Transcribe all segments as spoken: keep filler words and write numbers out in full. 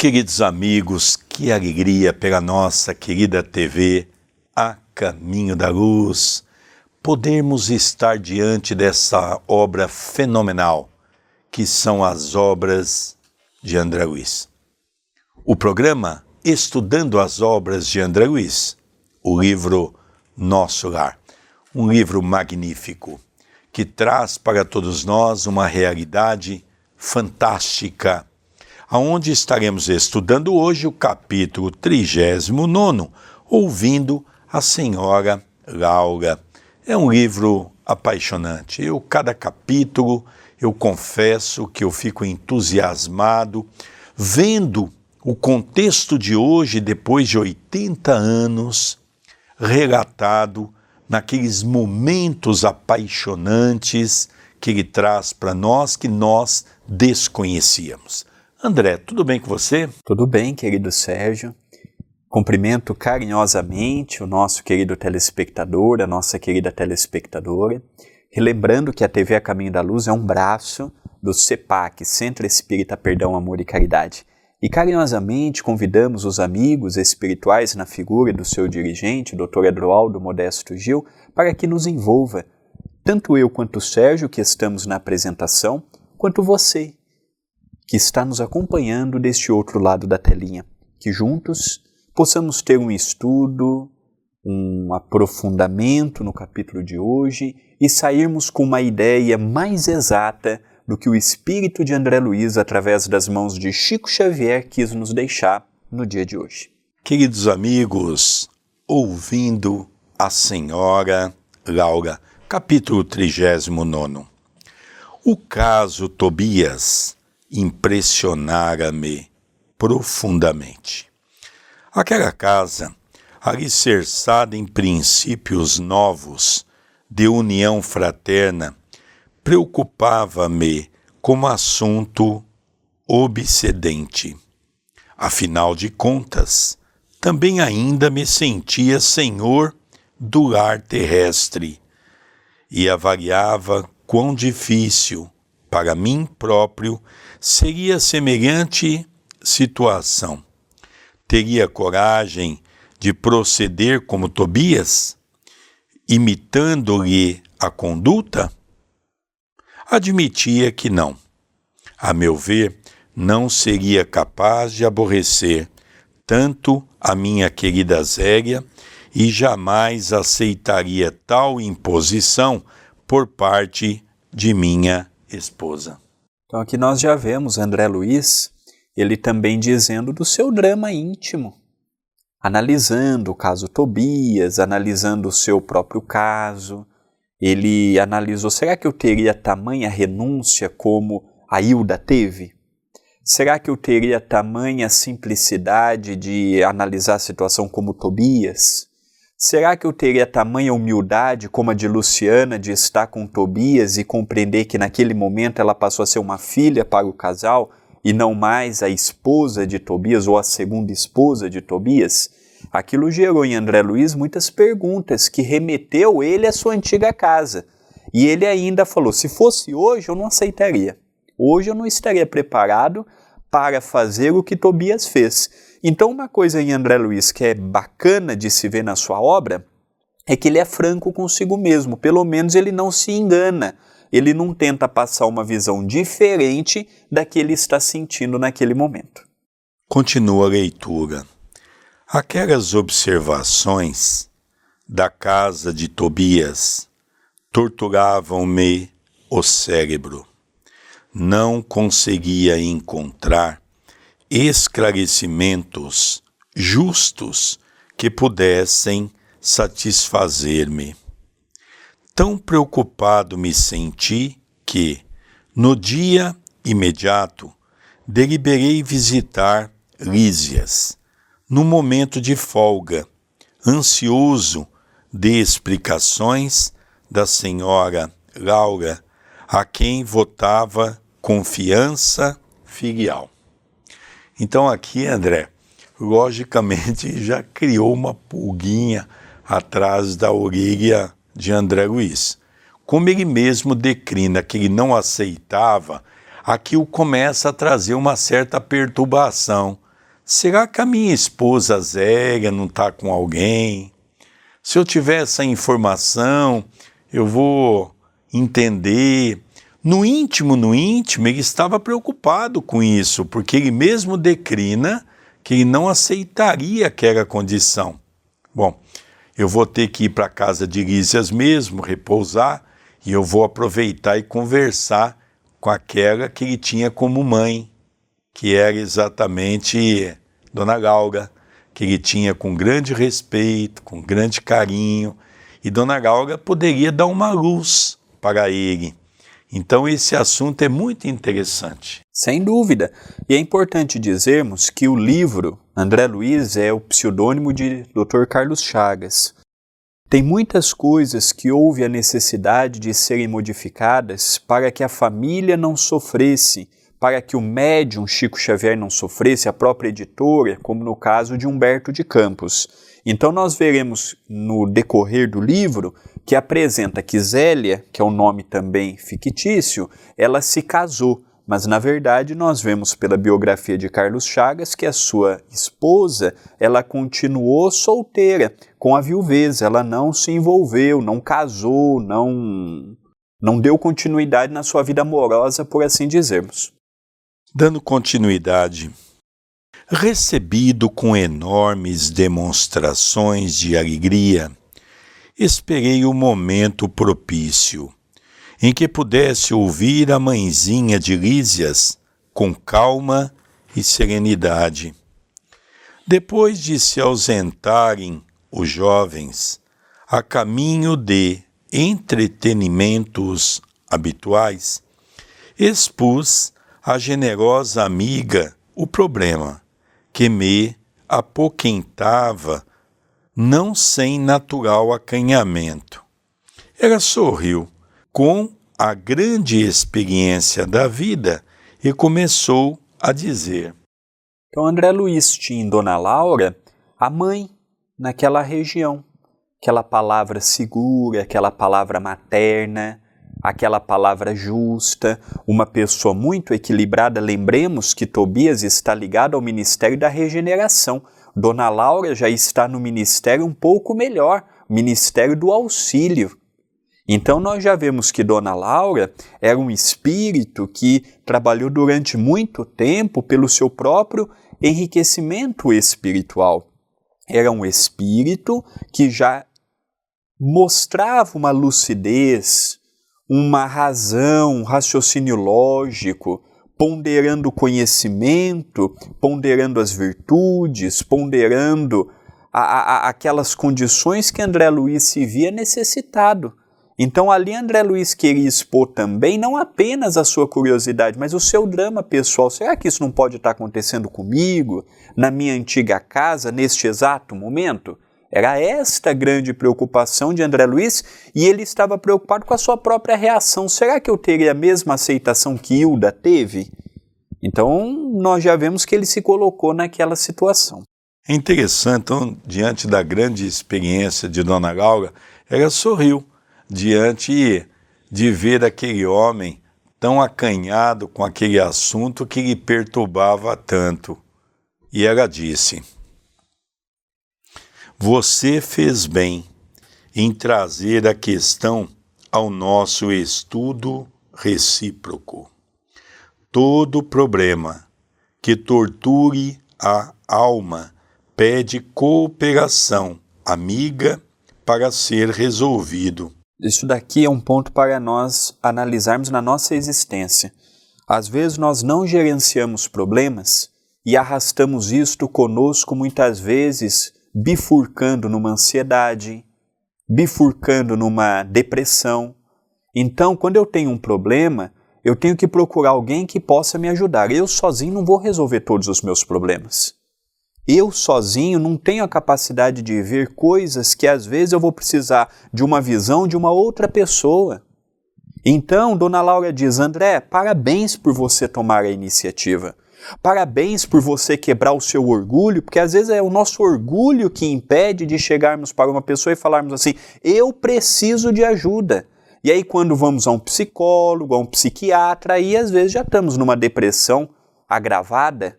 Queridos amigos, que alegria pela nossa querida T V A Caminho da Luz, podermos estar diante dessa obra fenomenal, que são as obras de André Luiz. O programa Estudando as Obras de André Luiz, o livro Nosso Lar, um livro magnífico, que traz para todos nós uma realidade fantástica, aonde estaremos estudando hoje o capítulo trigésimo nono, ouvindo a senhora Laura. É um livro apaixonante. Eu, cada capítulo, eu confesso que eu fico entusiasmado, vendo o contexto de hoje, depois de oitenta anos, relatado naqueles momentos apaixonantes que ele traz para nós, que nós desconhecíamos. André, tudo bem com você? Tudo bem, querido Sérgio. Cumprimento carinhosamente o nosso querido telespectador, a nossa querida telespectadora, relembrando que a T V A Caminho da Luz é um braço do CEPAC, Centro Espírita Perdão, Amor e Caridade. E carinhosamente convidamos os amigos espirituais na figura do seu dirigente, doutor Edroaldo Modesto Gil, para que nos envolva, tanto eu quanto o Sérgio, que estamos na apresentação, quanto você, que está nos acompanhando deste outro lado da telinha, que juntos possamos ter um estudo, um aprofundamento no capítulo de hoje e sairmos com uma ideia mais exata do que o espírito de André Luiz, através das mãos de Chico Xavier, quis nos deixar no dia de hoje. Queridos amigos, ouvindo a senhora Laura, capítulo trigésimo nono. O caso Tobias impressionara-me profundamente. Aquela casa, alicerçada em princípios novos de união fraterna, preocupava-me como assunto obsedente. Afinal de contas, também ainda me sentia senhor do lar terrestre e avaliava quão difícil para mim próprio seria semelhante situação. Teria coragem de proceder como Tobias, imitando-lhe a conduta? Admitia que não. A meu ver, não seria capaz de aborrecer tanto a minha querida Zélia e jamais aceitaria tal imposição por parte de minha esposa. Então aqui nós já vemos André Luiz, ele também dizendo do seu drama íntimo, analisando o caso Tobias, analisando o seu próprio caso. Ele analisou, será que eu teria tamanha renúncia como a Hilda teve? Será que eu teria tamanha simplicidade de analisar a situação como Tobias? Será que eu teria tamanha humildade como a de Luciana de estar com Tobias e compreender que naquele momento ela passou a ser uma filha para o casal e não mais a esposa de Tobias ou a segunda esposa de Tobias? Aquilo gerou em André Luiz muitas perguntas que remeteu ele à sua antiga casa. E ele ainda falou, se fosse hoje eu não aceitaria. Hoje eu não estaria preparado para fazer o que Tobias fez. Então uma coisa em André Luiz que é bacana de se ver na sua obra é que ele é franco consigo mesmo, pelo menos ele não se engana, ele não tenta passar uma visão diferente da que ele está sentindo naquele momento. Continua a leitura. Aquelas observações da casa de Tobias torturavam-me o cérebro. Não conseguia encontrar esclarecimentos justos que pudessem satisfazer-me. Tão preocupado me senti que, no dia imediato, deliberei visitar Lísias, num momento de folga, ansioso de explicações da senhora Laura, a quem votava confiança filial. Então aqui, André, logicamente já criou uma pulguinha atrás da orelha de André Luiz. Como ele mesmo declina que ele não aceitava, aqui o começa a trazer uma certa perturbação será que a minha esposa Zélia não está com alguém? Se eu tiver essa informação, eu vou entender. No íntimo, no íntimo, ele estava preocupado com isso, porque ele mesmo declina que ele não aceitaria aquela condição. Bom, eu vou ter que ir para a casa de Lísias mesmo, repousar, e eu vou aproveitar e conversar com aquela que ele tinha como mãe, que era exatamente Dona Galga, que ele tinha com grande respeito, com grande carinho, e Dona Galga poderia dar uma luz para ele. Então esse assunto é muito interessante. Sem dúvida. E é importante dizermos que o livro André Luiz é o pseudônimo de doutor Carlos Chagas. Tem muitas coisas que houve a necessidade de serem modificadas para que a família não sofresse, para que o médium Chico Xavier não sofresse, a própria editora, como no caso de Humberto de Campos. Então nós veremos no decorrer do livro que apresenta que Zélia, que é um nome também fictício, ela se casou, mas na verdade nós vemos pela biografia de Carlos Chagas que a sua esposa, ela continuou solteira, com a viuvez, ela não se envolveu, não casou, não, não deu continuidade na sua vida amorosa, por assim dizermos. Dando continuidade, recebido com enormes demonstrações de alegria, esperei o momento propício, em que pudesse ouvir a mãezinha de Lísias com calma e serenidade. Depois de se ausentarem os jovens a caminho de entretenimentos habituais, expus à generosa amiga o problema que me apoquentava, não sem natural acanhamento. Ela sorriu com a grande experiência da vida e começou a dizer: Então André Luiz tinha em Dona Laura a mãe naquela região, aquela palavra segura, aquela palavra materna, aquela palavra justa, uma pessoa muito equilibrada. Lembremos que Tobias está ligado ao Ministério da Regeneração. Dona Laura já está no ministério um pouco melhor, Ministério do Auxílio. Então nós já vemos que Dona Laura era um espírito que trabalhou durante muito tempo pelo seu próprio enriquecimento espiritual. Era um espírito que já mostrava uma lucidez, uma razão, um raciocínio lógico, ponderando o conhecimento, ponderando as virtudes, ponderando a, a, aquelas condições que André Luiz se via necessitado. Então ali André Luiz queria expor também não apenas a sua curiosidade, mas o seu drama pessoal. Será que isso não pode estar acontecendo comigo, na minha antiga casa, neste exato momento? Era esta a grande preocupação de André Luiz, e ele estava preocupado com a sua própria reação. Será que eu teria a mesma aceitação que Hilda teve? Então nós já vemos que ele se colocou naquela situação. É interessante, então, diante da grande experiência de Dona Galga, ela sorriu diante de ver aquele homem tão acanhado com aquele assunto que lhe perturbava tanto. E ela disse: você fez bem em trazer a questão ao nosso estudo recíproco. Todo problema que torture a alma pede cooperação amiga para ser resolvido. Isso daqui é um ponto para nós analisarmos na nossa existência. Às vezes nós não gerenciamos problemas e arrastamos isto conosco muitas vezes, bifurcando numa ansiedade, bifurcando numa depressão. Então, quando eu tenho um problema, eu tenho que procurar alguém que possa me ajudar. Eu sozinho não vou resolver todos os meus problemas. Eu sozinho não tenho a capacidade de ver coisas que às vezes eu vou precisar de uma visão de uma outra pessoa. Então, Dona Laura diz: André, parabéns por você tomar a iniciativa. Parabéns por você quebrar o seu orgulho, porque às vezes é o nosso orgulho que impede de chegarmos para uma pessoa e falarmos assim: eu preciso de ajuda. E aí quando vamos a um psicólogo, a um psiquiatra, aí às vezes já estamos numa depressão agravada,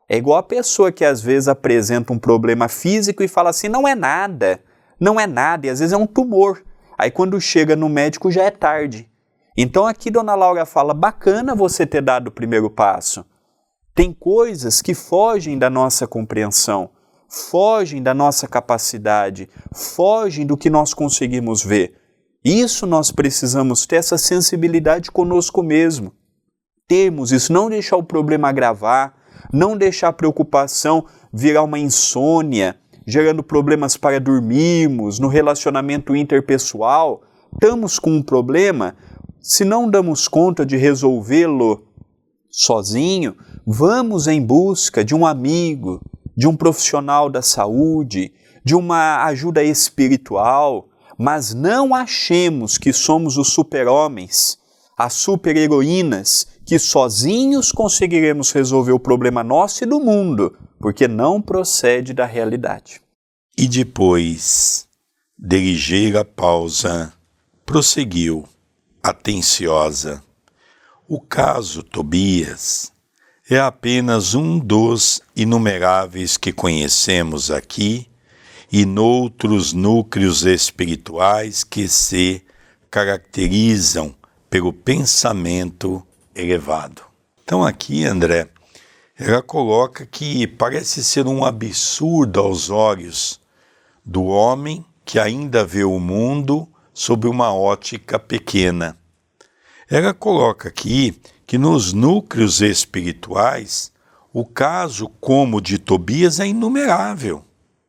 É igual a pessoa que às vezes apresenta um problema físico e fala assim, não é nada, não é nada, e às vezes é um tumor. Aí quando chega no médico já é tarde. Então aqui Dona Laura fala, bacana você ter dado o primeiro passo. Tem coisas que fogem da nossa compreensão, fogem da nossa capacidade, fogem do que nós conseguimos ver. Isso nós precisamos ter, essa sensibilidade conosco mesmo. Termos isso, não deixar o problema agravar, não deixar a preocupação virar uma insônia, gerando problemas para dormirmos, no relacionamento interpessoal. Estamos com um problema, se não damos conta de resolvê-lo sozinho, vamos em busca de um amigo, de um profissional da saúde, de uma ajuda espiritual, mas não achemos que somos os super-homens, as super-heroínas, que sozinhos conseguiremos resolver o problema nosso e do mundo, porque não procede da realidade. E depois de ligeira pausa, prosseguiu, atenciosa. O caso Tobias é apenas um dos inumeráveis que conhecemos aqui e noutros núcleos espirituais que se caracterizam pelo pensamento elevado. Então aqui, André, ela coloca que parece ser um absurdo aos olhos do homem que ainda vê o mundo sob uma ótica pequena. Ela coloca aqui que nos núcleos espirituais o caso como o de Tobias é inumerável,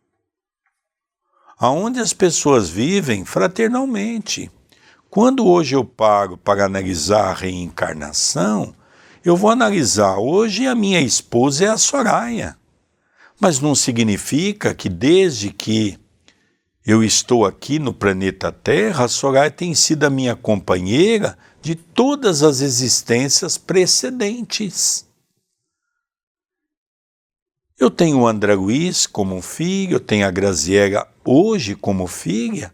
aonde as pessoas vivem fraternalmente. Quando hoje eu paro para analisar a reencarnação, eu vou analisar, hoje a minha esposa é a Soraya, mas não significa que desde que eu estou aqui no planeta Terra, a Soraya tem sido a minha companheira de todas as existências precedentes. Eu tenho o André Luiz como um filho, eu tenho a Graziella hoje como filha,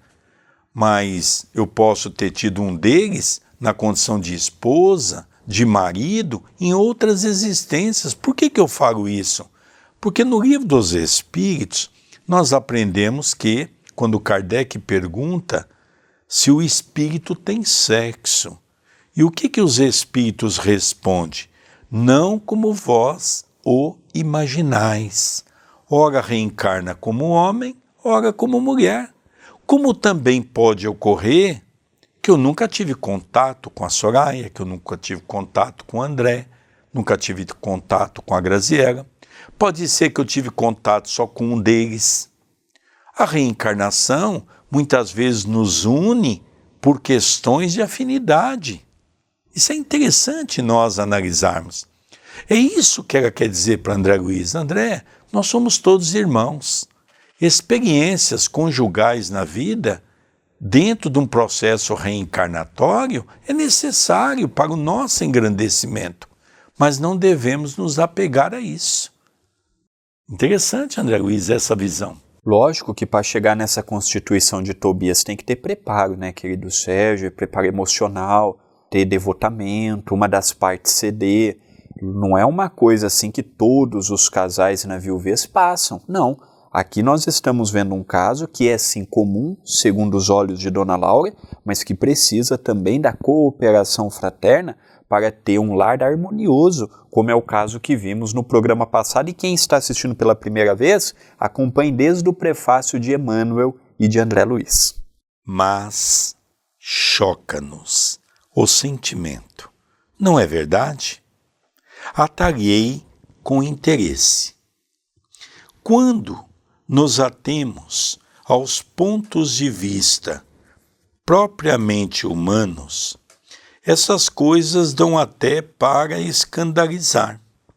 mas eu posso ter tido um deles na condição de esposa, de marido, em outras existências. Por que que eu falo isso? Porque no Livro dos Espíritos, nós aprendemos que, quando Kardec pergunta se o espírito tem sexo, e o que que os espíritos respondem? Não como vós o imaginais. Ora reencarna como homem, ora como mulher. Como também pode ocorrer que eu nunca tive contato com a Soraya, que eu nunca tive contato com o André, nunca tive contato com a Graziella. Pode ser que eu tive contato só com um deles. A reencarnação muitas vezes nos une por questões de afinidade. Isso é interessante nós analisarmos. É isso que ela quer dizer para André Luiz. André, nós somos todos irmãos. Experiências conjugais na vida, dentro de um processo reencarnatório, é necessário para o nosso engrandecimento, mas não devemos nos apegar a isso. Interessante, André Luiz, essa visão. Lógico que para chegar nessa constituição de Tobias tem que ter preparo, né, querido Sérgio? Preparo emocional, ter devotamento, uma das partes ceder. Não é uma coisa assim que todos os casais na viuvez passam, não. Aqui nós estamos vendo um caso que é sim comum, segundo os olhos de Dona Laura, mas que precisa também da cooperação fraterna para ter um lar harmonioso, como é o caso que vimos no programa passado. E quem está assistindo pela primeira vez, acompanhe desde o prefácio de Emmanuel e de André Luiz. Mas choca-nos o sentimento, não é verdade? Atalhei com interesse. Quando nos atemos aos pontos de vista propriamente humanos, essas coisas dão até para escandalizar.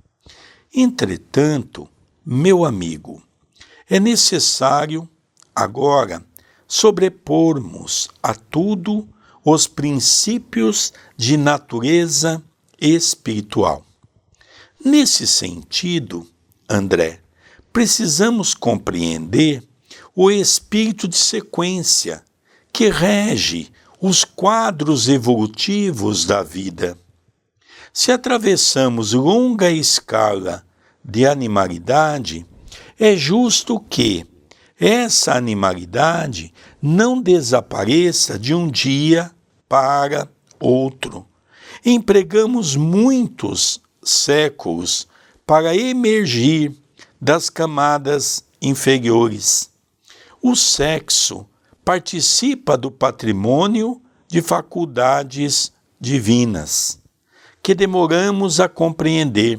Entretanto, meu amigo, é necessário, agora, sobrepormos a tudo os princípios de natureza espiritual. Nesse sentido, André, precisamos compreender o espírito de sequência que rege os quadros evolutivos da vida. Se atravessamos longa escala de animalidade, é justo que essa animalidade não desapareça de um dia para outro. Empregamos muitos séculos para emergir das camadas inferiores. O sexo participa do patrimônio de faculdades divinas, que demoramos a compreender.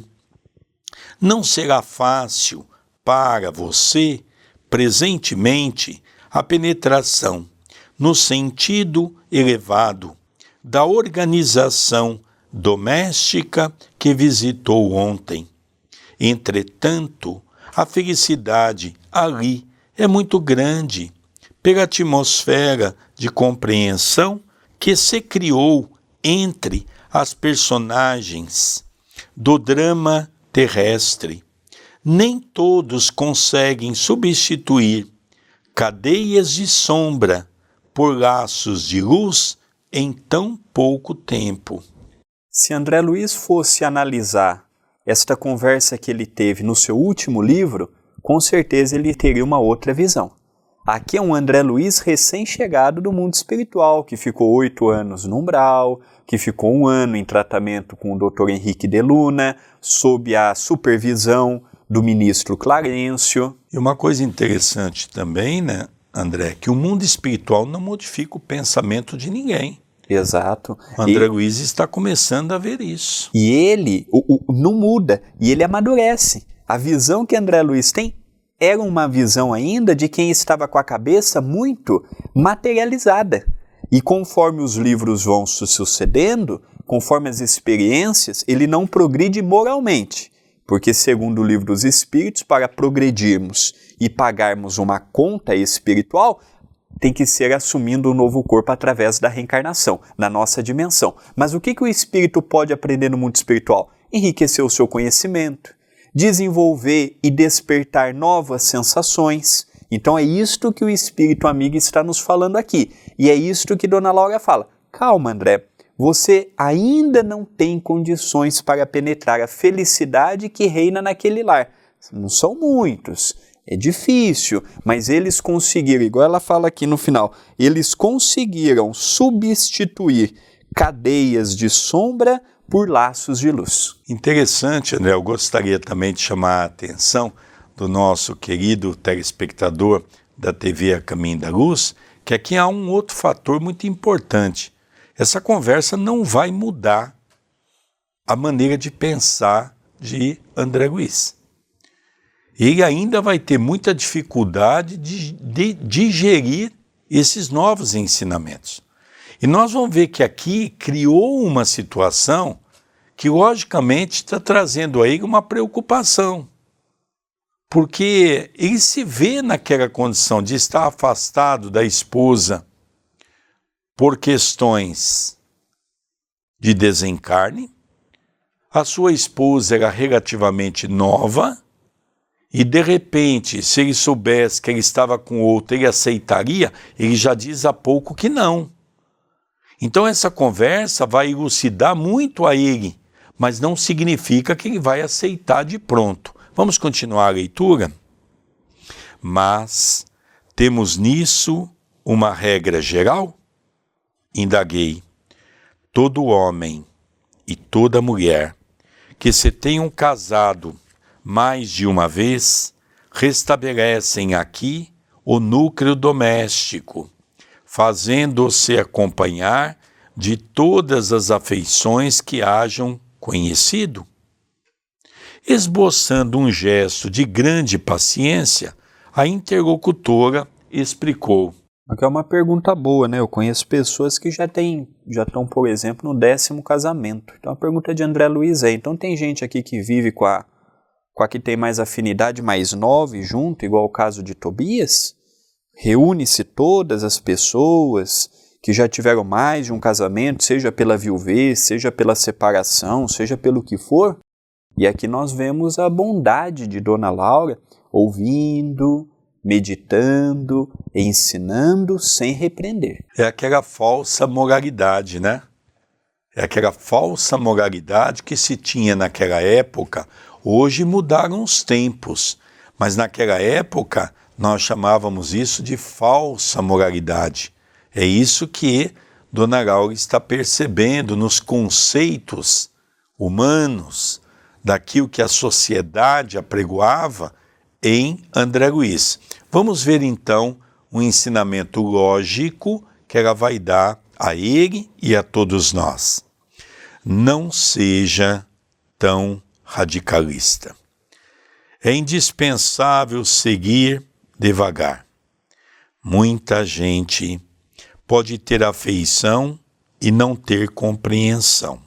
Não será fácil para você, presentemente, a penetração no sentido elevado da organização doméstica que visitou ontem. Entretanto, a felicidade ali é muito grande pela atmosfera de compreensão que se criou entre as personagens do drama terrestre. Nem todos conseguem substituir cadeias de sombra por laços de luz em tão pouco tempo. Se André Luiz fosse analisar esta conversa que ele teve no seu último livro, com certeza ele teria uma outra visão. Aqui é um André Luiz recém-chegado do mundo espiritual, que ficou oito anos no umbral, que ficou um ano em tratamento com o doutor Henrique de Luna, sob a supervisão do ministro Clarencio. E uma coisa interessante também, né, André, que o mundo espiritual não modifica o pensamento de ninguém. Exato. O André e, Luiz está começando a ver isso. E ele o, o, não muda, e ele amadurece. A visão que André Luiz tem era uma visão ainda de quem estava com a cabeça muito materializada. E conforme os livros vão se sucedendo, conforme as experiências, ele não progride moralmente. Porque, segundo o livro dos Espíritos, para progredirmos e pagarmos uma conta espiritual, tem que ser assumindo um novo corpo através da reencarnação, na nossa dimensão. Mas o que, que o espírito pode aprender no mundo espiritual? Enriquecer o seu conhecimento, desenvolver e despertar novas sensações. Então é isto que o espírito amigo está nos falando aqui. E é isto que Dona Laura fala. Calma, André, você ainda não tem condições para penetrar a felicidade que reina naquele lar. Não são muitos. É difícil, mas eles conseguiram, igual ela fala aqui no final, eles conseguiram substituir cadeias de sombra por laços de luz. Interessante, André, eu gostaria também de chamar a atenção do nosso querido telespectador da T V A Caminho da Luz, que aqui há um outro fator muito importante. Essa conversa não vai mudar a maneira de pensar de André Luiz. Ele ainda vai ter muita dificuldade de, de digerir esses novos ensinamentos. E nós vamos ver que aqui criou uma situação que, logicamente, está trazendo a ele uma preocupação. Porque ele se vê naquela condição de estar afastado da esposa por questões de desencarne. A sua esposa era relativamente nova. E, de repente, se ele soubesse que ele estava com outro, ele aceitaria? Ele já diz há pouco que não. Então, essa conversa vai elucidar muito a ele, mas não significa que ele vai aceitar de pronto. Vamos continuar a leitura? Mas temos nisso uma regra geral? Indaguei. Todo homem e toda mulher que se tenham casado mais de uma vez, restabelecem aqui o núcleo doméstico, fazendo-se acompanhar de todas as afeições que hajam conhecido. Esboçando um gesto de grande paciência, a interlocutora explicou. Aqui é uma pergunta boa, né? Eu conheço pessoas que já têm, já estão, por exemplo, no décimo casamento. Então a pergunta de André Luiz é, então tem gente aqui que vive com a com a que tem mais afinidade, mais nove junto, igual o caso de Tobias? Reúne-se todas as pessoas que já tiveram mais de um casamento, seja pela viuvez, seja pela separação, seja pelo que for. E aqui nós vemos a bondade de Dona Laura, ouvindo, meditando, ensinando sem repreender. É aquela falsa moralidade, né? É aquela falsa moralidade que se tinha naquela época, Hoje mudaram os tempos, mas naquela época nós chamávamos isso de falsa moralidade. É isso que Dona Laura está percebendo nos conceitos humanos, daquilo que a sociedade apregoava em André Luiz. Vamos ver então um ensinamento lógico que ela vai dar a ele e a todos nós. Não seja tão radicalista. É indispensável seguir devagar. Muita gente pode ter afeição e não ter compreensão.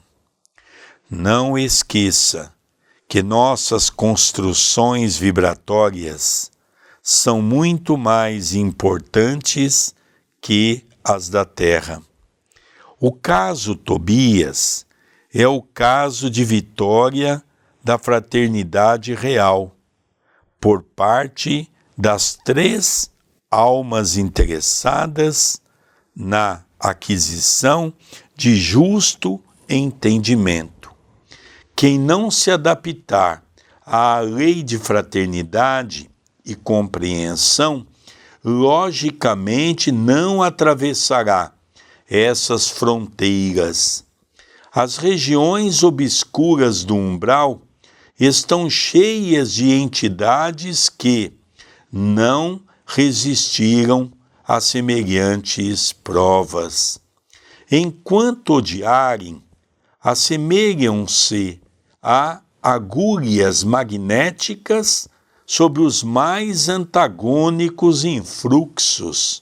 Não esqueça que nossas construções vibratórias são muito mais importantes que as da Terra. O caso Tobias é o caso de vitória da fraternidade real, por parte das três almas interessadas na aquisição de justo entendimento. Quem não se adaptar à lei de fraternidade e compreensão, logicamente não atravessará essas fronteiras. As regiões obscuras do umbral estão cheias de entidades que não resistiram a semelhantes provas. Enquanto odiarem, assemelham-se a agulhas magnéticas sobre os mais antagônicos influxos.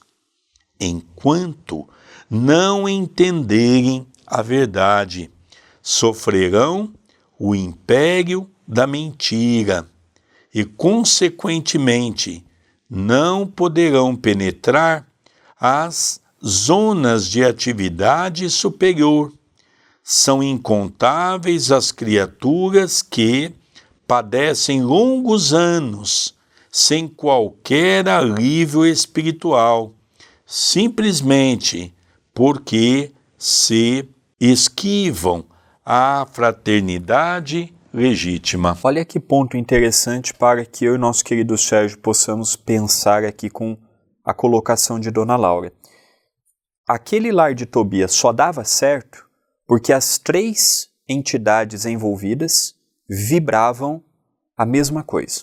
Enquanto não entenderem a verdade, sofrerão o império da mentira e, consequentemente, não poderão penetrar as zonas de atividade superior. São incontáveis as criaturas que padecem longos anos sem qualquer alívio espiritual, simplesmente porque se esquivam à fraternidade legítima. Olha que ponto interessante para que eu e nosso querido Sérgio possamos pensar aqui com a colocação de Dona Laura. Aquele lar de Tobias só dava certo porque as três entidades envolvidas vibravam a mesma coisa.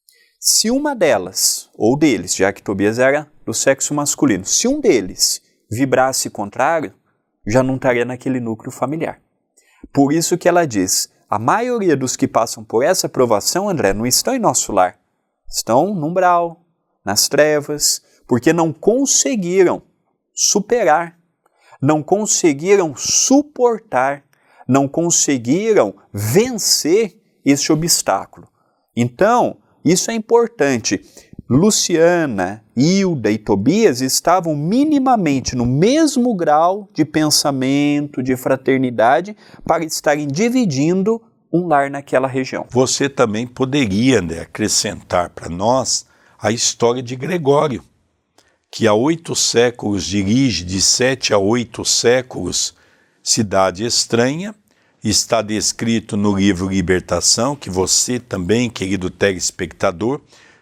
Se uma delas, ou deles, já que Tobias era do sexo masculino, se um deles vibrasse contrário, já não estaria naquele núcleo familiar. Por isso que ela diz, a maioria dos que passam por essa provação, André, não estão em nosso lar. Estão no umbral, nas trevas, porque não conseguiram superar, não conseguiram suportar, não conseguiram vencer esse obstáculo. Então, isso é importante. Luciana, Hilda e Tobias estavam minimamente no mesmo grau de pensamento, de fraternidade, para estarem dividindo um lar naquela região. Você também poderia, André, acrescentar para nós a história de Gregório, que há oito séculos dirige, de sete a oito séculos, Cidade Estranha. Está descrito no livro Libertação, que você também, querido telespectador,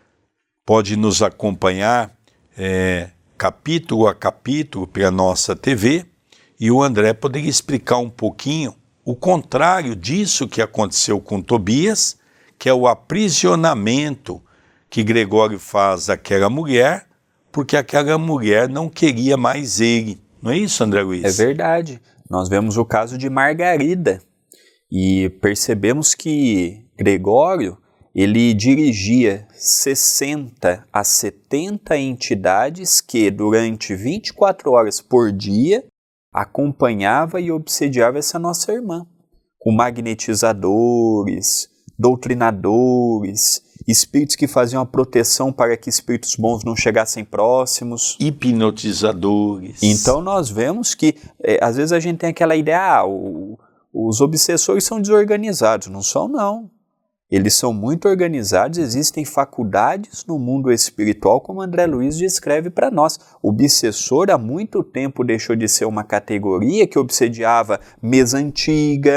pode nos acompanhar é, capítulo a capítulo pela nossa T V, e o André poderia explicar um pouquinho o contrário disso que aconteceu com Tobias, que é o aprisionamento que Gregório faz àquela mulher, porque aquela mulher não queria mais ele. Não é isso, André Luiz? É verdade. Nós vemos o caso de Margarida e percebemos que Gregório ele dirigia sessenta a setenta entidades que, durante vinte e quatro horas por dia, acompanhava e obsediava essa nossa irmã, com magnetizadores, doutrinadores, espíritos que faziam a proteção para que espíritos bons não chegassem próximos. Hipnotizadores. Então nós vemos que, é, às vezes a gente tem aquela ideia, ah, o, os obsessores são desorganizados. Não são, não. Eles são muito organizados, existem faculdades no mundo espiritual, como André Luiz descreve para nós. O obsessor há muito tempo deixou de ser uma categoria que obsediava mesa antiga,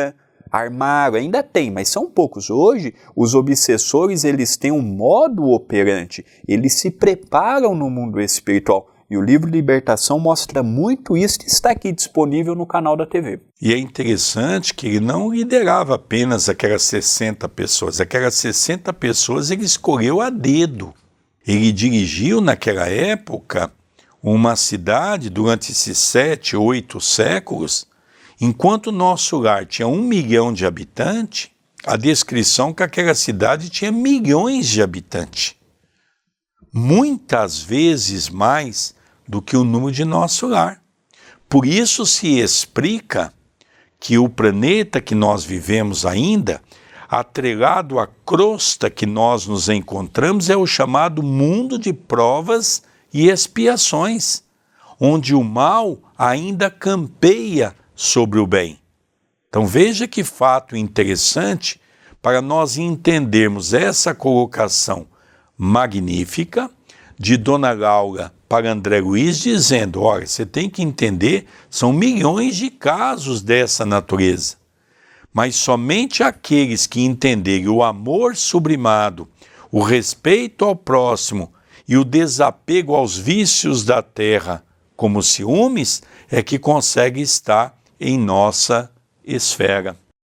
armaram, ainda tem, mas são poucos. Hoje, os obsessores, eles têm um modo operante, eles se preparam no mundo espiritual. E o livro Libertação mostra muito isso, que está aqui disponível no canal da T V. E é interessante que ele não liderava apenas aquelas sessenta pessoas. Aquelas sessenta pessoas ele escolheu a dedo. Ele dirigiu naquela época uma cidade durante esses sete, oito séculos. Enquanto o nosso lar tinha um milhão de habitantes, a descrição que aquela cidade tinha milhões de habitantes. Muitas vezes mais do que o número de nosso lar. Por isso se explica que o planeta que nós vivemos ainda, atrelado à crosta que nós nos encontramos, é o chamado mundo de provas e expiações, onde o mal ainda campeia sobre o bem. Então veja que fato interessante para nós entendermos essa colocação magnífica de Dona Laura para André Luiz, dizendo, olha, você tem que entender, são milhões de casos dessa natureza, mas somente aqueles que entenderem o amor sublimado, o respeito ao próximo e o desapego aos vícios da terra, como ciúmes, é que conseguem estar em nossa esfera.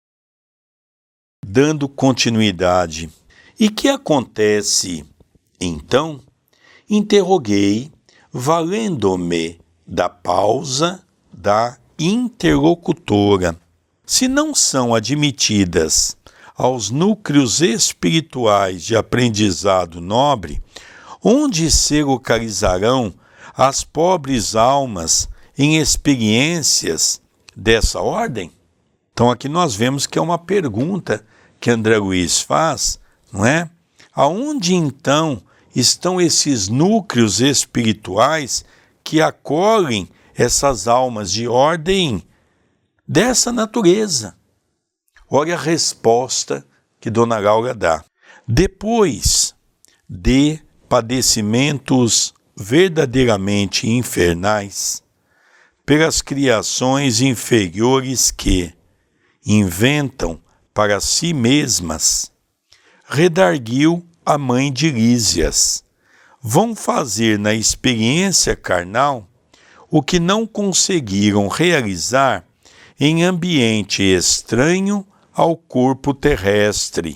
Dando continuidade. E que acontece, então? Interroguei, valendo-me da pausa da interlocutora. Se não são admitidas aos núcleos espirituais de aprendizado nobre, onde se localizarão as pobres almas em experiências dessa ordem? Então aqui nós vemos que é uma pergunta que André Luiz faz, não é? Aonde então estão esses núcleos espirituais que acolhem essas almas de ordem dessa natureza? Olha a resposta que Dona Laura dá. Depois de padecimentos verdadeiramente infernais, pelas criações inferiores que inventam para si mesmas, redarguiu a mãe de Lísias. Vão fazer na experiência carnal o que não conseguiram realizar em ambiente estranho ao corpo terrestre.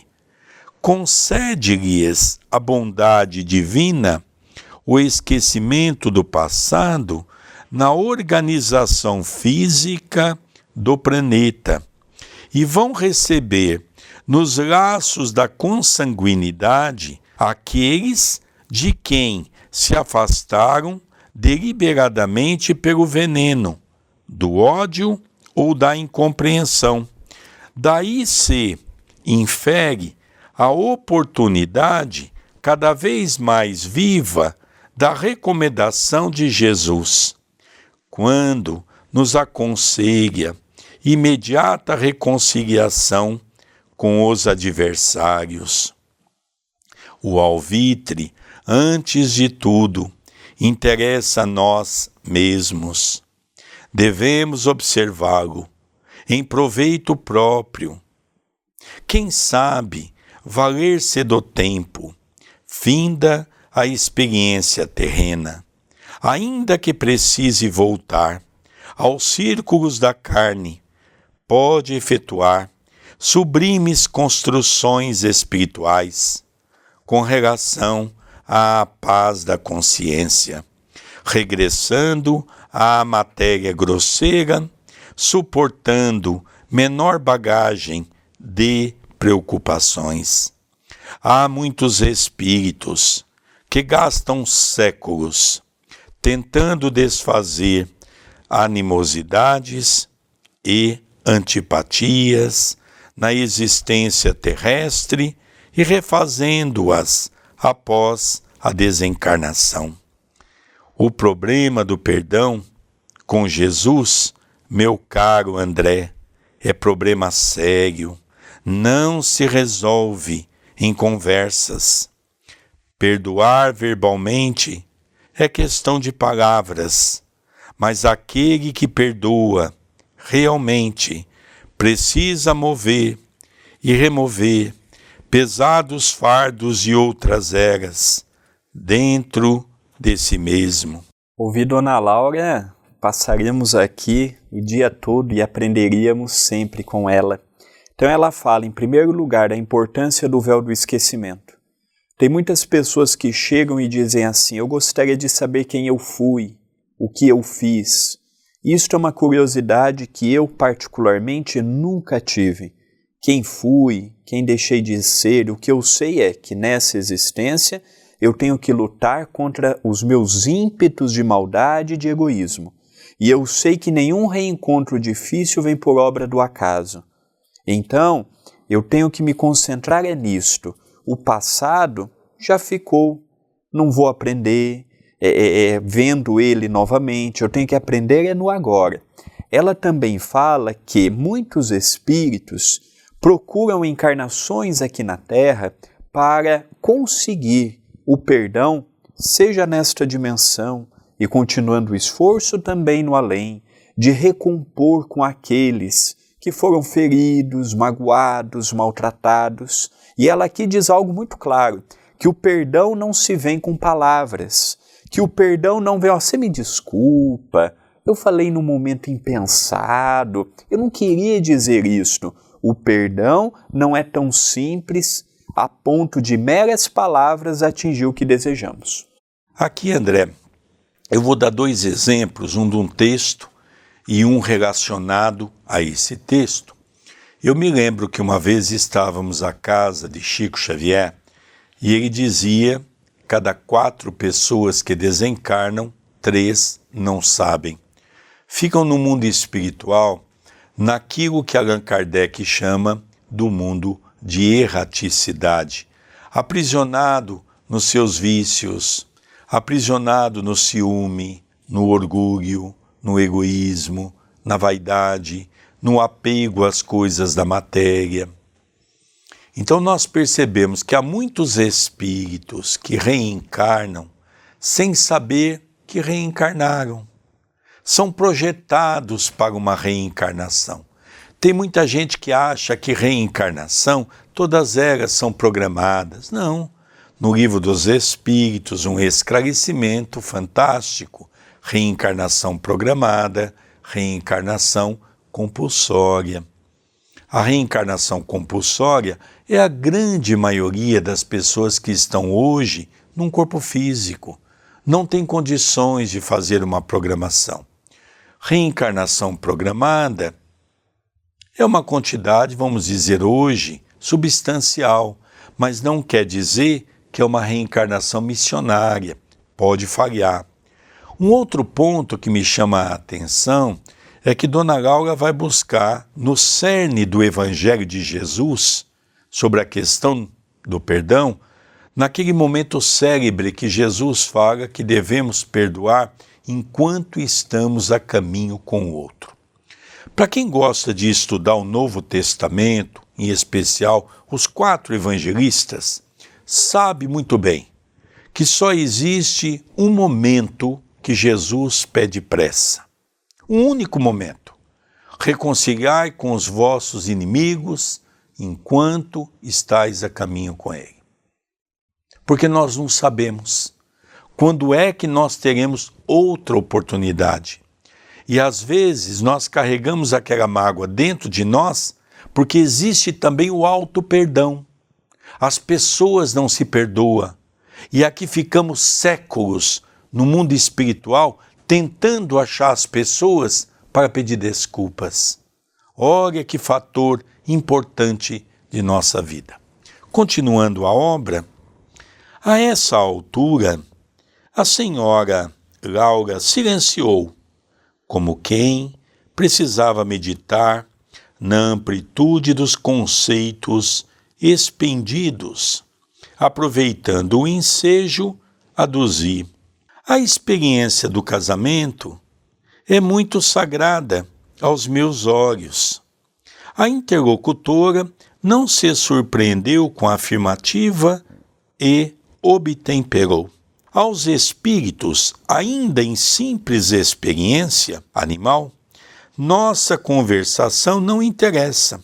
Concede-lhes a bondade divina o esquecimento do passado na organização física do planeta e vão receber nos laços da consanguinidade aqueles de quem se afastaram deliberadamente pelo veneno, do ódio ou da incompreensão. Daí se infere a oportunidade cada vez mais viva da recomendação de Jesus, quando nos aconselha imediata reconciliação com os adversários. O alvitre, antes de tudo, interessa a nós mesmos. Devemos observá-lo em proveito próprio. Quem sabe valer-se do tempo, finda a experiência terrena, ainda que precise voltar aos círculos da carne, pode efetuar sublimes construções espirituais com relação à paz da consciência, regressando à matéria grosseira, suportando menor bagagem de preocupações. Há muitos espíritos que gastam séculos tentando desfazer animosidades e antipatias na existência terrestre e refazendo-as após a desencarnação. O problema do perdão com Jesus, meu caro André, é problema sério, não se resolve em conversas. Perdoar verbalmente é questão de palavras, mas aquele que perdoa realmente precisa mover e remover pesados fardos e outras eras dentro de si mesmo. Ouvi Dona Laura, passaríamos aqui o dia todo e aprenderíamos sempre com ela. Então ela fala, em primeiro lugar, da importância do véu do esquecimento. Tem muitas pessoas que chegam e dizem assim, eu gostaria de saber quem eu fui, o que eu fiz. Isto é uma curiosidade que eu particularmente nunca tive. Quem fui, quem deixei de ser, o que eu sei é que nessa existência eu tenho que lutar contra os meus ímpetos de maldade e de egoísmo. E eu sei que nenhum reencontro difícil vem por obra do acaso. Então, eu tenho que me concentrar é nisto. O passado já ficou, não vou aprender é, é, é, vendo ele novamente, eu tenho que aprender é no agora. Ela também fala que muitos espíritos procuram encarnações aqui na Terra para conseguir o perdão, seja nesta dimensão e continuando o esforço também no além, de recompor com aqueles que foram feridos, magoados, maltratados. E ela aqui diz algo muito claro, que o perdão não se vem com palavras, que o perdão não vem, ó, você me desculpa, eu falei num momento impensado, eu não queria dizer isto. O perdão não é tão simples a ponto de meras palavras atingir o que desejamos. Aqui, André, eu vou dar dois exemplos, um de um texto e um relacionado a esse texto. Eu me lembro que uma vez estávamos à casa de Chico Xavier e ele dizia, cada quatro pessoas que desencarnam, três não sabem. Ficam no mundo espiritual, naquilo que Allan Kardec chama do mundo de erraticidade, aprisionado nos seus vícios, aprisionado no ciúme, no orgulho, no egoísmo, na vaidade, no apego às coisas da matéria. Então nós percebemos que há muitos espíritos que reencarnam sem saber que reencarnaram. São projetados para uma reencarnação. Tem muita gente que acha que reencarnação, todas elas são programadas. Não. No Livro dos Espíritos, um esclarecimento fantástico. Reencarnação programada, reencarnação compulsória. A reencarnação compulsória é a grande maioria das pessoas que estão hoje num corpo físico. Não tem condições de fazer uma programação. Reencarnação programada é uma quantidade, vamos dizer hoje, substancial, mas não quer dizer que é uma reencarnação missionária. Pode falhar. Um outro ponto que me chama a atenção é que Dona Laura vai buscar no cerne do Evangelho de Jesus, sobre a questão do perdão, naquele momento célebre que Jesus fala que devemos perdoar enquanto estamos a caminho com o outro. Para quem gosta de estudar o Novo Testamento, em especial os quatro evangelistas, sabe muito bem que só existe um momento que Jesus pede pressa. Um único momento. Reconciliai com os vossos inimigos enquanto estáis a caminho com ele. Porque nós não sabemos quando é que nós teremos outra oportunidade. E às vezes nós carregamos aquela mágoa dentro de nós porque existe também o auto-perdão. As pessoas não se perdoam. E aqui ficamos séculos no mundo espiritual tentando achar as pessoas para pedir desculpas. Olha que fator importante de nossa vida. Continuando a obra, a essa altura, a senhora Laura silenciou, como quem precisava meditar na amplitude dos conceitos expendidos, aproveitando o ensejo, aduzi. A experiência do casamento é muito sagrada aos meus olhos. A interlocutora não se surpreendeu com a afirmativa e obtemperou. Aos espíritos, ainda em simples experiência animal, nossa conversação não interessa,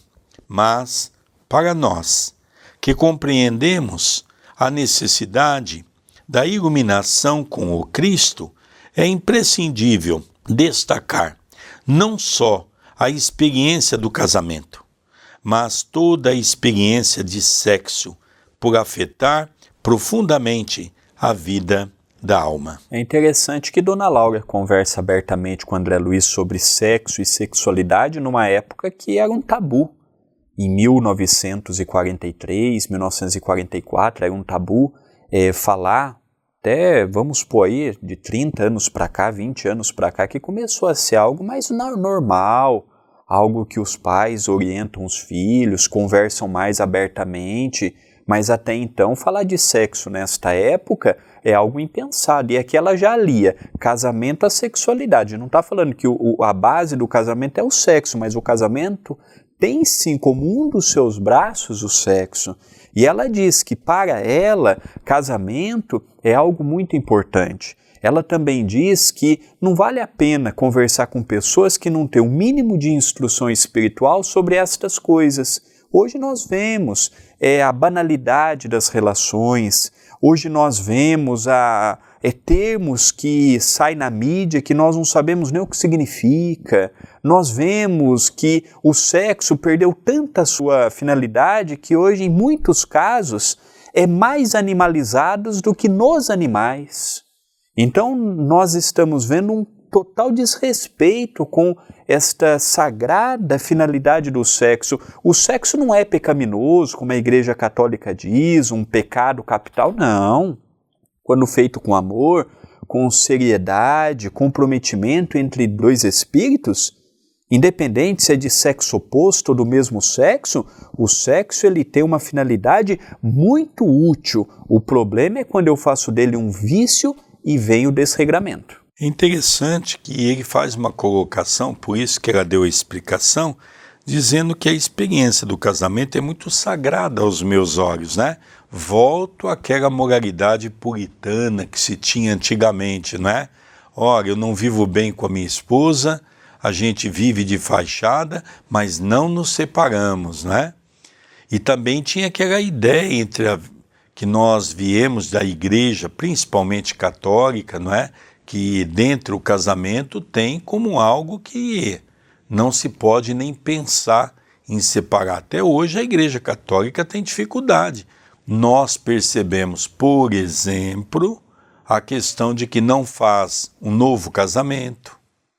mas para nós, que compreendemos a necessidade da iluminação com o Cristo, é imprescindível destacar não só a experiência do casamento, mas toda a experiência de sexo, por afetar profundamente a vida da alma. É interessante que Dona Laura conversa abertamente com André Luiz sobre sexo e sexualidade numa época que era um tabu. Em mil novecentos e quarenta e três, mil novecentos e quarenta e quatro, era um tabu é, falar, até, vamos pôr aí, de trinta anos para cá, vinte anos para cá, que começou a ser algo mais normal, algo que os pais orientam os filhos, conversam mais abertamente, mas até então falar de sexo nesta época é algo impensado. E aqui ela já alia casamento à sexualidade. Não está falando que o, a base do casamento é o sexo, mas o casamento tem sim como um dos seus braços o sexo. E ela diz que para ela, casamento é algo muito importante. Ela também diz que não vale a pena conversar com pessoas que não têm o mínimo de instrução espiritual sobre estas coisas. Hoje nós vemos é, a banalidade das relações, hoje nós vemos a, é, termos que saem na mídia que nós não sabemos nem o que significa, nós vemos que o sexo perdeu tanta sua finalidade que hoje, em muitos casos, é mais animalizados do que nos animais. Então nós estamos vendo um total desrespeito com esta sagrada finalidade do sexo. O sexo não é pecaminoso, como a Igreja Católica diz, um pecado capital, não. Quando feito com amor, com seriedade, comprometimento entre dois espíritos, independente se é de sexo oposto ou do mesmo sexo, o sexo ele tem uma finalidade muito útil. O problema é quando eu faço dele um vício e vem o desregramento. É interessante que ele faz uma colocação, por isso que ela deu a explicação, dizendo que a experiência do casamento é muito sagrada aos meus olhos, né? Volto àquela moralidade puritana que se tinha antigamente, né? Olha, eu não vivo bem com a minha esposa, a gente vive de fachada, mas não nos separamos, né? E também tinha aquela ideia entre a, que nós viemos da igreja, principalmente católica, não é? Que dentro do casamento tem como algo que não se pode nem pensar em separar. Até hoje a Igreja Católica tem dificuldade. Nós percebemos, por exemplo, a questão de que não faz um novo casamento,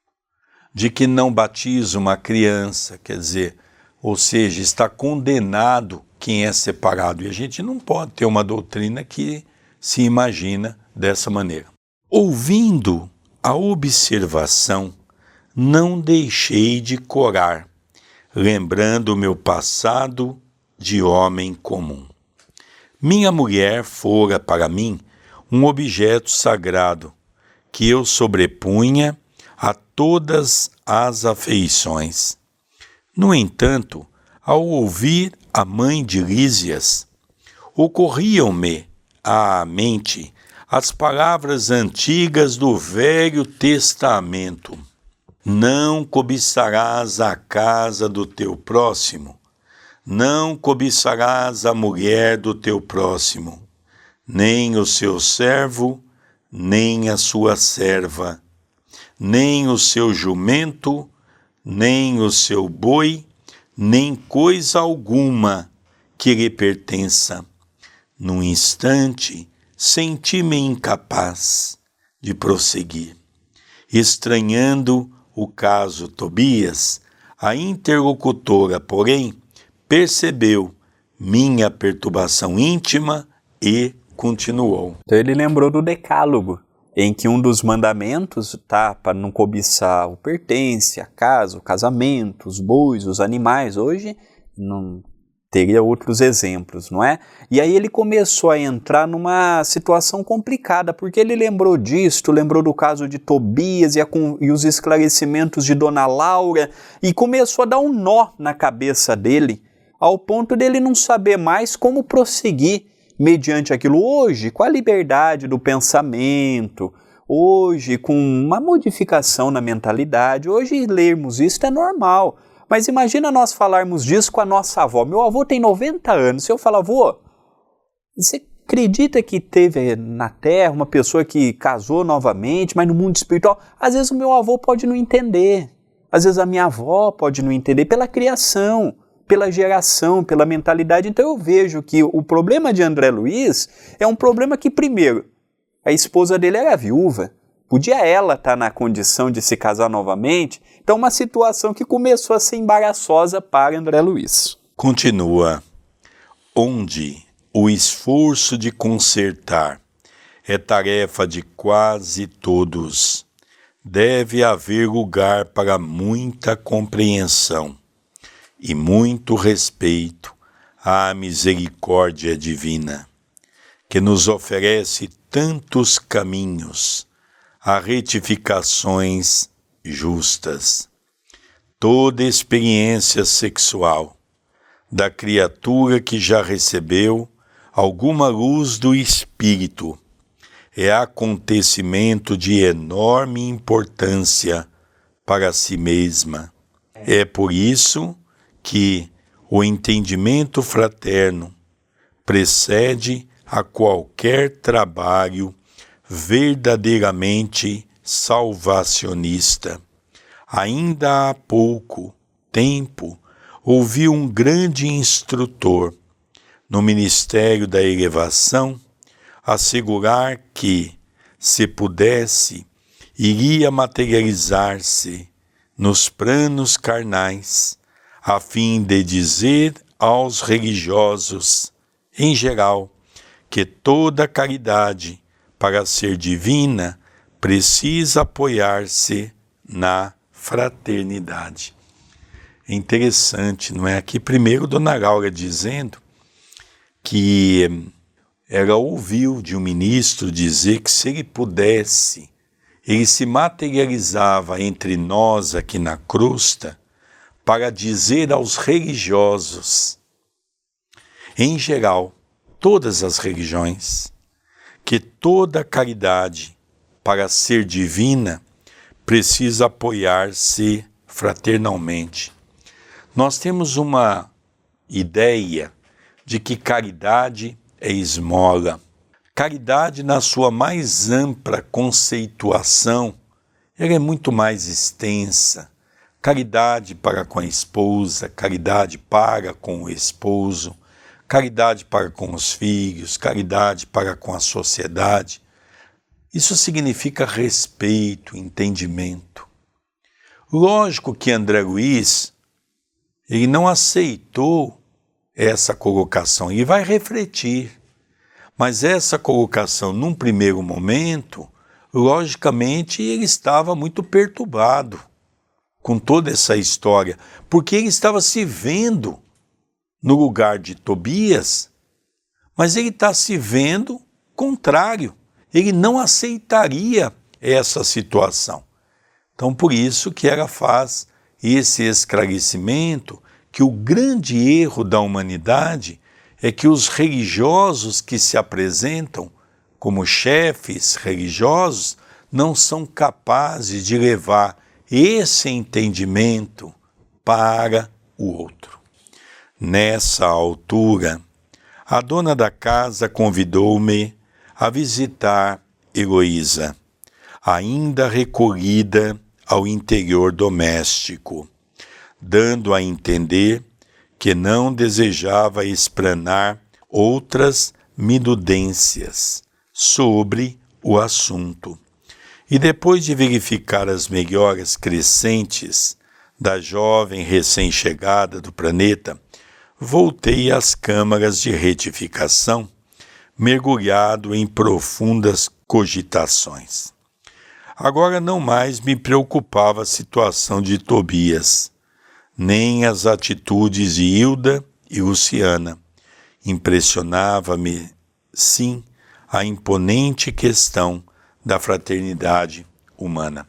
de que não batiza uma criança, quer dizer, ou seja, está condenado quem é separado. E a gente não pode ter uma doutrina que se imagina dessa maneira. Ouvindo a observação, não deixei de corar, lembrando o meu passado de homem comum. Minha mulher fora para mim um objeto sagrado, que eu sobrepunha a todas as afeições. No entanto, ao ouvir a mãe de Lísias, ocorriam-me à mente as palavras antigas do Velho Testamento. Não cobiçarás a casa do teu próximo, não cobiçarás a mulher do teu próximo, nem o seu servo, nem a sua serva, nem o seu jumento, nem o seu boi, nem coisa alguma que lhe pertença. Num instante, senti-me incapaz de prosseguir. Estranhando o caso Tobias, a interlocutora, porém, percebeu minha perturbação íntima e continuou. Então ele lembrou do Decálogo, em que um dos mandamentos tá para não cobiçar o pertence, a casa, o casamento, os bois, os animais. Hoje não teria outros exemplos, não é? E aí ele começou a entrar numa situação complicada, porque ele lembrou disto, lembrou do caso de Tobias e, a, e os esclarecimentos de Dona Laura, e começou a dar um nó na cabeça dele, ao ponto dele não saber mais como prosseguir mediante aquilo. Hoje, com a liberdade do pensamento, hoje, com uma modificação na mentalidade, hoje lermos isso é normal. Mas imagina nós falarmos disso com a nossa avó. Meu avô tem noventa anos. Se eu falar, avô, você acredita que teve na Terra uma pessoa que casou novamente, mas no mundo espiritual? Às vezes o meu avô pode não entender. Às vezes a minha avó pode não entender pela criação, pela geração, pela mentalidade. Então eu vejo que o problema de André Luiz é um problema que, primeiro, a esposa dele era viúva. Podia ela estar na condição de se casar novamente. Então uma situação que começou a ser embaraçosa para André Luiz. Continua. Onde o esforço de consertar é tarefa de quase todos, deve haver lugar para muita compreensão e muito respeito à misericórdia divina, que nos oferece tantos caminhos a retificações justas. Toda experiência sexual da criatura que já recebeu alguma luz do Espírito é acontecimento de enorme importância para si mesma. É por isso que o entendimento fraterno precede a qualquer trabalho verdadeiramente salvacionista. Ainda há pouco tempo ouvi um grande instrutor no Ministério da Elevação assegurar que, se pudesse, iria materializar-se nos planos carnais, a fim de dizer aos religiosos, em geral, que toda caridade, para ser divina, precisa apoiar-se na fraternidade. É interessante, não é? Aqui primeiro Dona Laura dizendo que ela ouviu de um ministro dizer que se ele pudesse, ele se materializava entre nós aqui na crosta para dizer aos religiosos, em geral, todas as religiões, que toda caridade, para ser divina, precisa apoiar-se fraternalmente. Nós temos uma ideia de que caridade é esmola. Caridade, na sua mais ampla conceituação, ela é muito mais extensa. Caridade para com a esposa, caridade para com o esposo, caridade para com os filhos, caridade para com a sociedade. Isso significa respeito, entendimento. Lógico que André Luiz, ele não aceitou essa colocação, ele vai refletir. Mas essa colocação, num primeiro momento, logicamente ele estava muito perturbado com toda essa história, porque ele estava se vendo no lugar de Tobias, mas ele está se vendo contrário. Ele não aceitaria essa situação. Então, por isso que ela faz esse esclarecimento que o grande erro da humanidade é que os religiosos que se apresentam como chefes religiosos não são capazes de levar esse entendimento para o outro. Nessa altura, a dona da casa convidou-me a visitar Heloísa, ainda recolhida ao interior doméstico, dando a entender que não desejava explanar outras minudências sobre o assunto. E depois de verificar as melhoras crescentes da jovem recém-chegada do planeta, voltei às câmaras de retificação, mergulhado em profundas cogitações. Agora não mais me preocupava a situação de Tobias, nem as atitudes de Hilda e Luciana. Impressionava-me, sim, a imponente questão da fraternidade humana.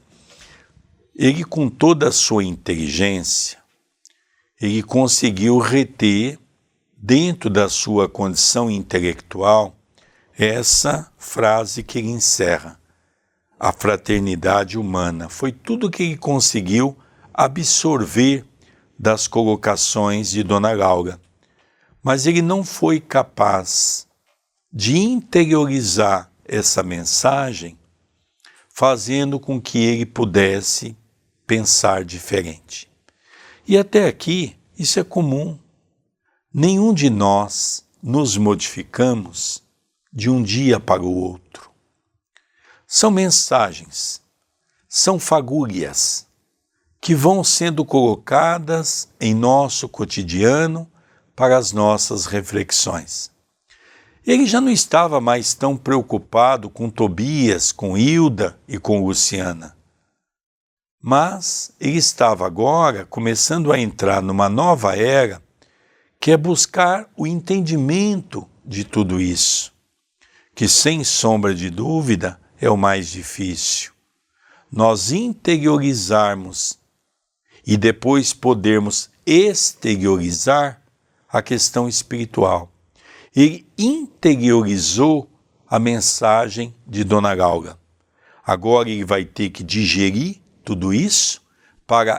Ele, com toda a sua inteligência, ele conseguiu reter, dentro da sua condição intelectual, essa frase que ele encerra. a fraternidade humana. Foi tudo que ele conseguiu absorver das colocações de Dona Laura. Mas ele não foi capaz de interiorizar essa mensagem, fazendo com que ele pudesse pensar diferente. E até aqui, isso é comum. Nenhum de nós nos modificamos de um dia para o outro. São mensagens, são fagulhas que vão sendo colocadas em nosso cotidiano para as nossas reflexões. Ele já não estava mais tão preocupado com Tobias, com Hilda e com Luciana. Mas ele estava agora começando a entrar numa nova era, que é buscar o entendimento de tudo isso, que sem sombra de dúvida é o mais difícil. Nós interiorizarmos e depois podermos exteriorizar a questão espiritual. Ele interiorizou a mensagem de Dona Laura. Agora ele vai ter que digerir tudo isso para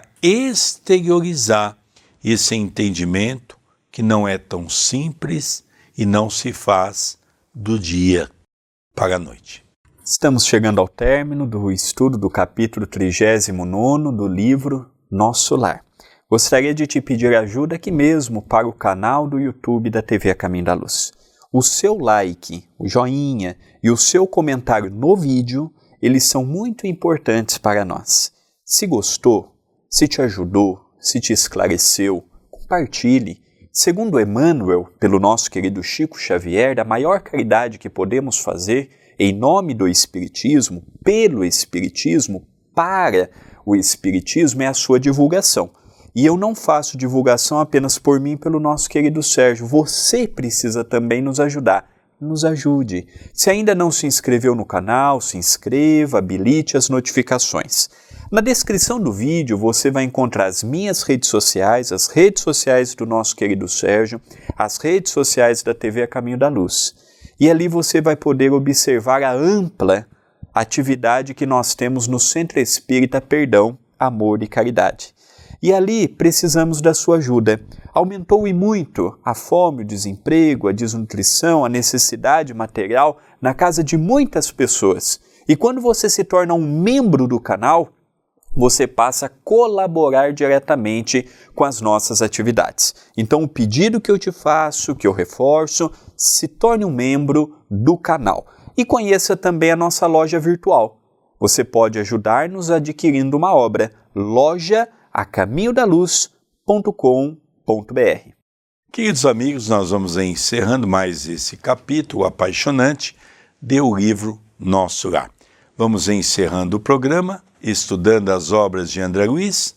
exteriorizar esse entendimento que não é tão simples e não se faz do dia para a noite. Estamos chegando ao término do estudo do capítulo trigésimo nono do livro Nosso Lar. Gostaria de te pedir ajuda aqui mesmo para o canal do YouTube da T V A Caminho da Luz. O seu like, o joinha e o seu comentário no vídeo, eles são muito importantes para nós. Se gostou, se te ajudou, se te esclareceu, compartilhe. Segundo Emmanuel, pelo nosso querido Chico Xavier, a maior caridade que podemos fazer em nome do Espiritismo, pelo Espiritismo, para o Espiritismo é a sua divulgação. E eu não faço divulgação apenas por mim e pelo nosso querido Sérgio. Você precisa também nos ajudar. Nos ajude. Se ainda não se inscreveu no canal, se inscreva, habilite as notificações. Na descrição do vídeo você vai encontrar as minhas redes sociais, as redes sociais do nosso querido Sérgio, as redes sociais da T V A Caminho da Luz. E ali você vai poder observar a ampla atividade que nós temos no Centro Espírita Perdão, Amor e Caridade. E ali precisamos da sua ajuda. Aumentou e muito a fome, o desemprego, a desnutrição, a necessidade material na casa de muitas pessoas. E quando você se torna um membro do canal, você passa a colaborar diretamente com as nossas atividades. Então o pedido que eu te faço, que eu reforço, se torne um membro do canal. E conheça também a nossa loja virtual. Você pode ajudar-nos adquirindo uma obra. Loja a caminho da luz ponto com ponto br. Queridos amigos, nós vamos encerrando mais esse capítulo apaixonante do livro Nosso Lar. Vamos encerrando o programa, estudando as obras de André Luiz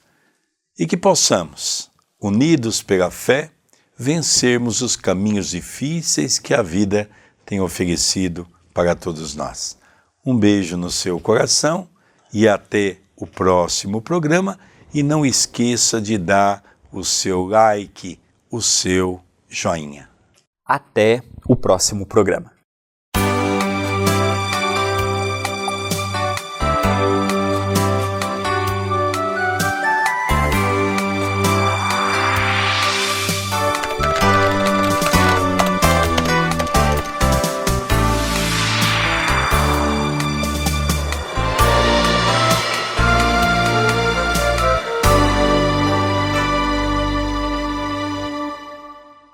e que possamos, unidos pela fé, vencermos os caminhos difíceis que a vida tem oferecido para todos nós. Um beijo no seu coração e até o próximo programa. E não esqueça de dar o seu like, o seu joinha. Até o próximo programa.